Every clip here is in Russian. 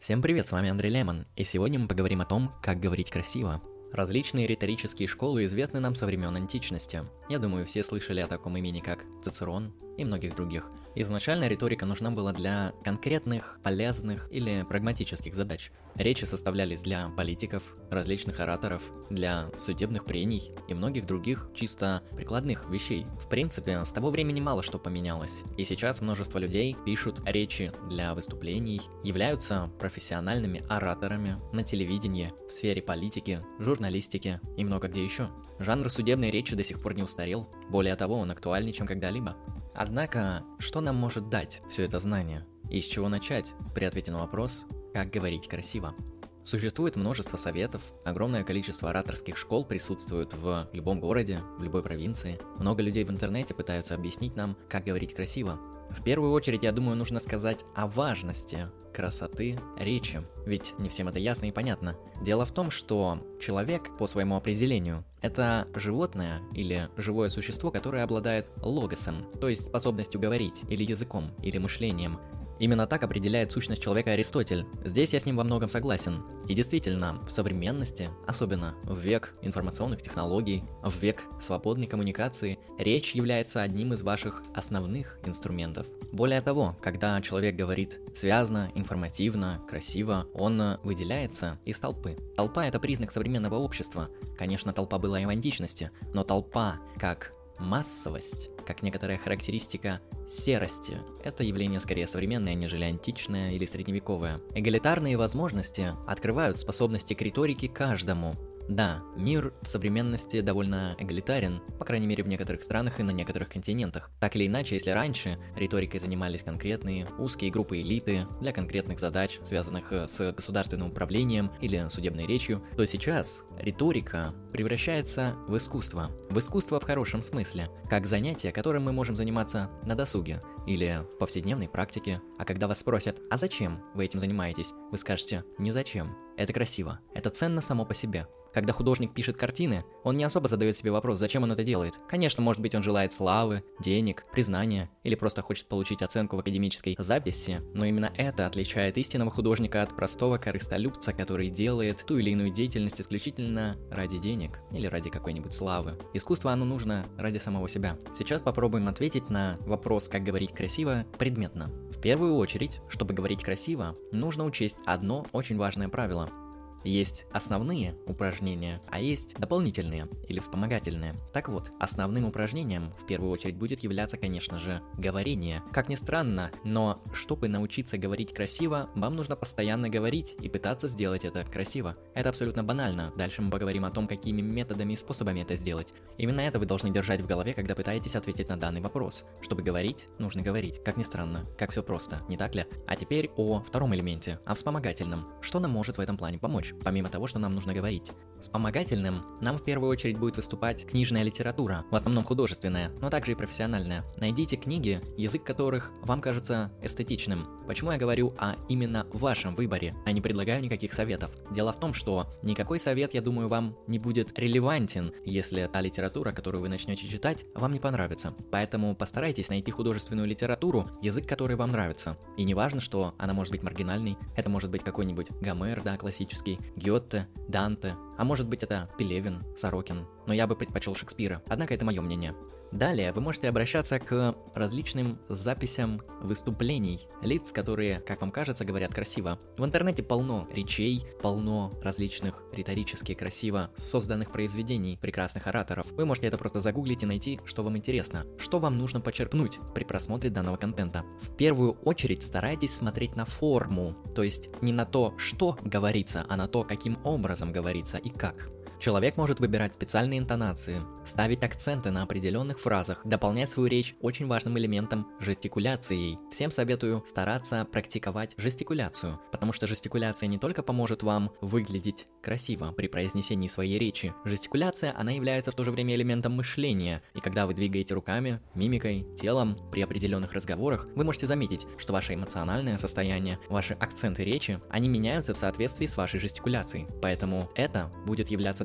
Всем привет, с вами Андрей Лемон, и сегодня мы поговорим о том, как говорить красиво. Различные риторические школы известны нам со времен античности. Я думаю, все слышали о таком имени, как Цицерон и многих других. Изначально риторика нужна была для конкретных, полезных или прагматических задач. Речи составлялись для политиков, различных ораторов, для судебных прений и многих других чисто прикладных вещей. В принципе, с того времени мало что поменялось. И сейчас множество людей пишут речи для выступлений, являются профессиональными ораторами на телевидении, в сфере политики, журналистики и много где еще. Жанр судебной речи до сих пор не устарел, более того, он актуальнее, чем когда-либо. Однако, что нам может дать все это знание? И с чего начать при ответе на вопрос, как говорить красиво? Существует множество советов, огромное количество ораторских школ присутствует в любом городе, в любой провинции. Много людей в интернете пытаются объяснить нам, как говорить красиво. В первую очередь, я думаю, нужно сказать о важности красоты речи, ведь не всем это ясно и понятно. Дело в том, что человек, по своему определению, это животное или живое существо, которое обладает логосом, то есть способностью говорить, или языком, или мышлением. Именно так определяет сущность человека Аристотель. Здесь я с ним во многом согласен. И действительно, в современности, особенно в век информационных технологий, в век свободной коммуникации, речь является одним из ваших основных инструментов. Более того, когда человек говорит связно, информативно, красиво, он выделяется из толпы. Толпа – это признак современного общества. Конечно, толпа была и в античности, но толпа как массовость, как некоторая характеристика серости, это явление скорее современное, нежели античное или средневековое. Эгалитарные возможности открывают способности к риторике каждому. Да, мир в современности довольно эгалитарен, по крайней мере в некоторых странах и на некоторых континентах. Так или иначе, если раньше риторикой занимались конкретные узкие группы элиты для конкретных задач, связанных с государственным управлением или судебной речью, то сейчас риторика превращается в искусство. В искусство в хорошем смысле, как занятие, которым мы можем заниматься на досуге или в повседневной практике. А когда вас спросят, а зачем вы этим занимаетесь, вы скажете, не зачем. Это красиво, это ценно само по себе. Когда художник пишет картины, он не особо задает себе вопрос, зачем он это делает. Конечно, может быть, он желает славы, денег, признания, или просто хочет получить оценку в академической записи, но именно это отличает истинного художника от простого корыстолюбца, который делает ту или иную деятельность исключительно ради денег или ради какой-нибудь славы. Искусство оно нужно ради самого себя. Сейчас попробуем ответить на вопрос, как говорить красиво, предметно. В первую очередь, чтобы говорить красиво, нужно учесть одно очень важное правило. Есть основные упражнения, а есть дополнительные или вспомогательные. Так вот, основным упражнением в первую очередь будет являться, конечно же, говорение. Как ни странно, но чтобы научиться говорить красиво, вам нужно постоянно говорить и пытаться сделать это красиво. Это абсолютно банально. Дальше мы поговорим о том, какими методами и способами это сделать. Именно это вы должны держать в голове, когда пытаетесь ответить на данный вопрос. Чтобы говорить, нужно говорить. Как ни странно, как все просто, не так ли? А теперь о втором элементе, о вспомогательном. Что нам может в этом плане помочь? Помимо того, что нам нужно говорить. Вспомогательным нам в первую очередь будет выступать книжная литература, в основном художественная, но также и профессиональная. Найдите книги, язык которых вам кажется эстетичным. Почему я говорю о именно вашем выборе, а не предлагаю никаких советов? Дело в том, что никакой совет, я думаю, вам не будет релевантен, если та литература, которую вы начнете читать, вам не понравится. Поэтому постарайтесь найти художественную литературу, язык которой вам нравится. И не важно, что она может быть маргинальной, это может быть какой-нибудь Гомер, да, классический, Гёте, Данте, а может быть это Пелевин, Сорокин, но я бы предпочел Шекспира, однако это мое мнение. Далее вы можете обращаться к различным записям выступлений лиц, которые, как вам кажется, говорят красиво. В интернете полно речей, полно различных риторически красиво созданных произведений прекрасных ораторов. Вы можете это просто загуглить и найти, что вам интересно, что вам нужно почерпнуть при просмотре данного контента. В первую очередь старайтесь смотреть на форму, то есть не на то, что говорится, а на то, каким образом говорится и как. Человек может выбирать специальные интонации, ставить акценты на определенных фразах, дополнять свою речь очень важным элементом – жестикуляцией. Всем советую стараться практиковать жестикуляцию, потому что жестикуляция не только поможет вам выглядеть красиво при произнесении своей речи. Жестикуляция, она является в то же время элементом мышления, и когда вы двигаете руками, мимикой, телом при определенных разговорах, вы можете заметить, что ваше эмоциональное состояние, ваши акценты речи, они меняются в соответствии с вашей жестикуляцией. Поэтому это будет являться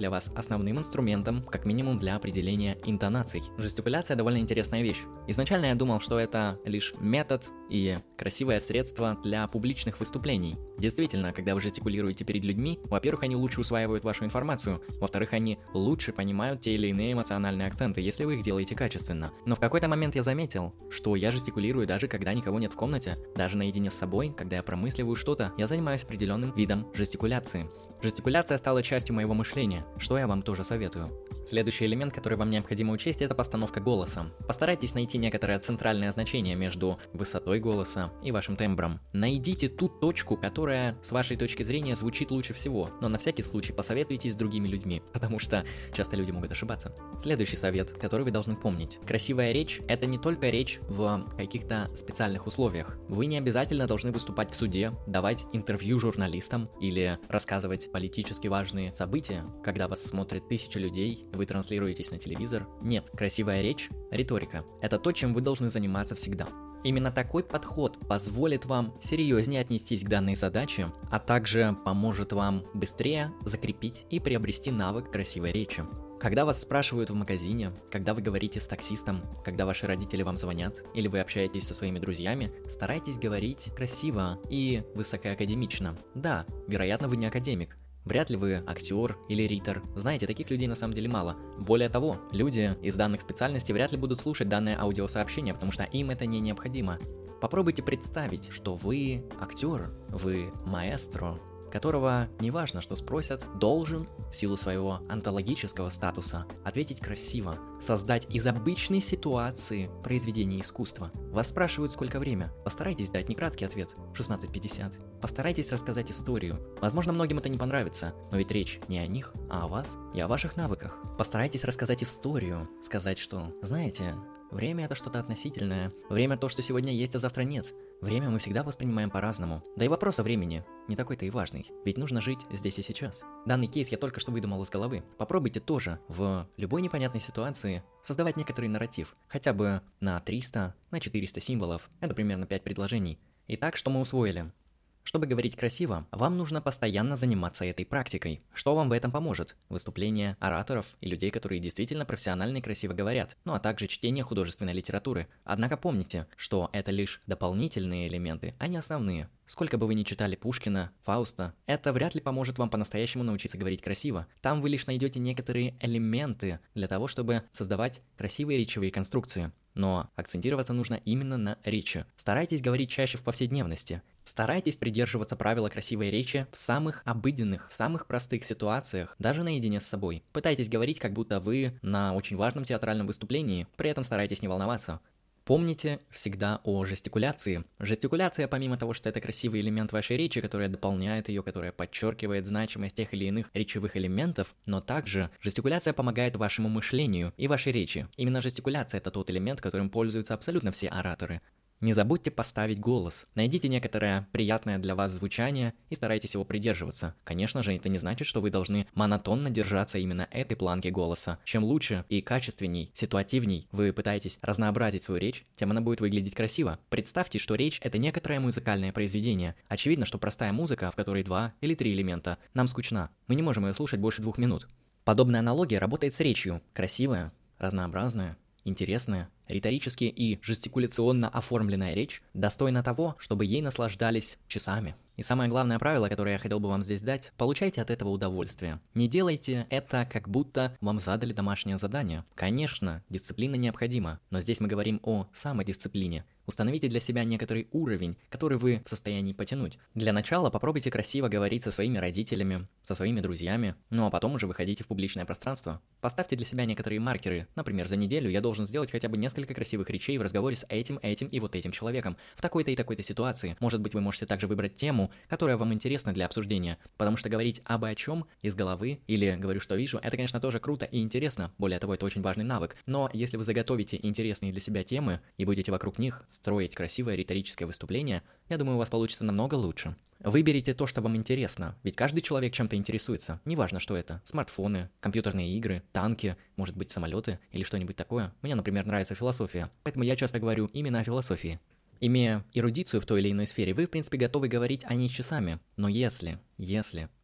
для вас основным инструментом, как минимум для определения интонаций. Жестикуляция довольно интересная вещь. Изначально я думал, что это лишь метод и красивое средство для публичных выступлений. Действительно, когда вы жестикулируете перед людьми, во-первых, они лучше усваивают вашу информацию, во-вторых, они лучше понимают те или иные эмоциональные акценты, если вы их делаете качественно. Но в какой-то момент я заметил, что я жестикулирую даже когда никого нет в комнате, даже наедине с собой, когда я промысливаю что-то, я занимаюсь определенным видом жестикуляции. Жестикуляция стала частью моего мышления, что я вам тоже советую. Следующий элемент, который вам необходимо учесть, это постановка голоса. Постарайтесь найти некоторое центральное значение между высотой голоса и вашим тембром. Найдите ту точку, которая с вашей точки зрения звучит лучше всего, но на всякий случай посоветуйтесь с другими людьми, потому что часто люди могут ошибаться. Следующий совет, который вы должны помнить. Красивая речь – это не только речь в каких-то специальных условиях. Вы не обязательно должны выступать в суде, давать интервью журналистам или рассказывать политически важные события, когда вас смотрят тысячи людей, вы транслируетесь на телевизор. Нет, красивая речь, риторика – это то, чем вы должны заниматься всегда. Именно такой подход позволит вам серьезнее отнестись к данной задаче, а также поможет вам быстрее закрепить и приобрести навык красивой речи. Когда вас спрашивают в магазине, когда вы говорите с таксистом, когда ваши родители вам звонят, или вы общаетесь со своими друзьями, старайтесь говорить красиво и высокоакадемично. Да, вероятно, вы не академик. Вряд ли вы актер или ритор. Знаете, таких людей на самом деле мало. Более того, люди из данных специальностей вряд ли будут слушать данное аудиосообщение, потому что им это не необходимо. Попробуйте представить, что вы актер, вы маэстро, которого, неважно, что спросят, должен, в силу своего онтологического статуса, ответить красиво, создать из обычной ситуации произведение искусства. Вас спрашивают, сколько время. Постарайтесь дать не краткий ответ, 16:50. Постарайтесь рассказать историю. Возможно, многим это не понравится, но ведь речь не о них, а о вас и о ваших навыках. Постарайтесь рассказать историю, сказать, что, знаете, время — это что-то относительное. Время — то, что сегодня есть, а завтра нет. Время мы всегда воспринимаем по-разному. Да и вопрос о времени не такой-то и важный, ведь нужно жить здесь и сейчас. Данный кейс я только что выдумал из головы. Попробуйте тоже в любой непонятной ситуации создавать некоторый нарратив, хотя бы на 300, на 400 символов, это примерно 5 предложений. Итак, что мы усвоили? Чтобы говорить красиво, вам нужно постоянно заниматься этой практикой. Что вам в этом поможет? Выступления ораторов и людей, которые действительно профессионально и красиво говорят, ну а также чтение художественной литературы. Однако помните, что это лишь дополнительные элементы, а не основные. Сколько бы вы ни читали Пушкина, Фауста, это вряд ли поможет вам по-настоящему научиться говорить красиво. Там вы лишь найдете некоторые элементы для того, чтобы создавать красивые речевые конструкции. Но акцентироваться нужно именно на речи. Старайтесь говорить чаще в повседневности. Старайтесь придерживаться правила красивой речи в самых обыденных, самых простых ситуациях, даже наедине с собой. Пытайтесь говорить, как будто вы на очень важном театральном выступлении, при этом старайтесь не волноваться. Помните всегда о жестикуляции. Жестикуляция, помимо того, что это красивый элемент вашей речи, который дополняет ее, которая подчеркивает значимость тех или иных речевых элементов, но также жестикуляция помогает вашему мышлению и вашей речи. Именно жестикуляция — это тот элемент, которым пользуются абсолютно все ораторы. Не забудьте поставить голос. Найдите некоторое приятное для вас звучание и старайтесь его придерживаться. Конечно же, это не значит, что вы должны монотонно держаться именно этой планки голоса. Чем лучше и качественней, ситуативней вы пытаетесь разнообразить свою речь, тем она будет выглядеть красиво. Представьте, что речь — это некоторое музыкальное произведение. Очевидно, что простая музыка, в которой 2 или 3 элемента, нам скучна. Мы не можем ее слушать больше 2 минут. Подобная аналогия работает с речью. Красивая, разнообразная, интересная, риторически и жестикуляционно оформленная речь достойна того, чтобы ей наслаждались часами. И самое главное правило, которое я хотел бы вам здесь дать: получайте от этого удовольствие. Не делайте это, как будто вам задали домашнее задание. Конечно, дисциплина необходима, но здесь мы говорим о самодисциплине. Установите для себя некоторый уровень, который вы в состоянии потянуть. Для начала попробуйте красиво говорить со своими родителями, со своими друзьями, ну а потом уже выходите в публичное пространство. Поставьте для себя некоторые маркеры. Например, за неделю я должен сделать хотя бы несколько красивых речей в разговоре с этим и вот этим человеком в такой-то и такой-то ситуации. Может быть, вы можете также выбрать тему, которая вам интересна для обсуждения, потому что говорить абы о чем из головы или говорю, что вижу, это, конечно, тоже круто и интересно. Более того, это очень важный навык. Но если вы заготовите интересные для себя темы и будете вокруг них строить красивое риторическое выступление, я думаю, у вас получится намного лучше. Выберите то, что вам интересно, ведь каждый человек чем-то интересуется. Неважно, что это. Смартфоны, компьютерные игры, танки, может быть, самолеты или что-нибудь такое. Мне, например, нравится философия, поэтому я часто говорю именно о философии. Имея эрудицию в той или иной сфере, вы, в принципе, готовы говорить о ней часами. Но если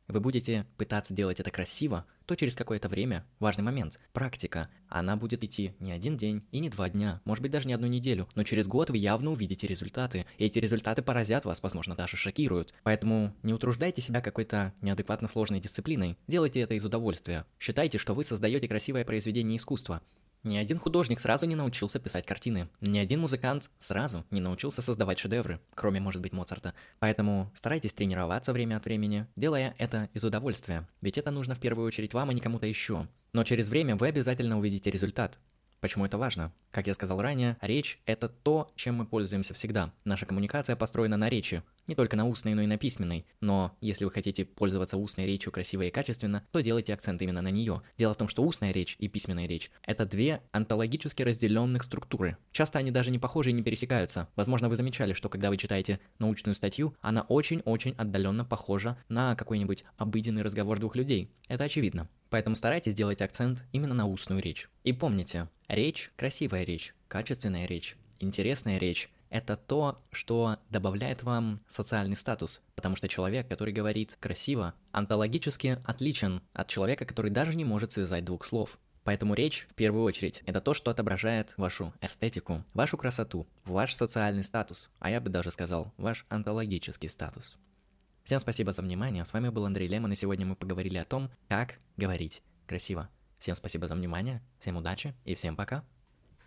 вы будете пытаться делать это красиво, то через какое-то время, важный момент, практика, она будет идти не один день и не 2 дня, может быть даже не одну неделю, но через год вы явно увидите результаты, и эти результаты поразят вас, возможно, даже шокируют. Поэтому не утруждайте себя какой-то неадекватно сложной дисциплиной, делайте это из удовольствия. Считайте, что вы создаете красивое произведение искусства. Ни один художник сразу не научился писать картины. Ни один музыкант сразу не научился создавать шедевры, кроме, может быть, Моцарта. Поэтому старайтесь тренироваться время от времени, делая это из удовольствия. Ведь это нужно в первую очередь вам, а не кому-то еще. Но через время вы обязательно увидите результат. Почему это важно? Как я сказал ранее, речь – это то, чем мы пользуемся всегда. Наша коммуникация построена на речи. Не только на устной, но и на письменной. Но если вы хотите пользоваться устной речью красиво и качественно, то делайте акцент именно на нее. Дело в том, что устная речь и письменная речь – это две онтологически разделенных структуры. Часто они даже не похожи и не пересекаются. Возможно, вы замечали, что когда вы читаете научную статью, она очень-очень отдаленно похожа на какой-нибудь обыденный разговор двух людей. Это очевидно. Поэтому старайтесь делать акцент именно на устную речь. И помните, речь – красивая речь, качественная речь, интересная речь – это то, что добавляет вам социальный статус, потому что человек, который говорит красиво, онтологически отличен от человека, который даже не может связать двух слов. Поэтому речь, в первую очередь, это то, что отображает вашу эстетику, вашу красоту, ваш социальный статус, а я бы даже сказал, ваш онтологический статус. Всем спасибо за внимание, с вами был Андрей Лемон, и сегодня мы поговорили о том, как говорить красиво. Всем спасибо за внимание, всем удачи и всем пока!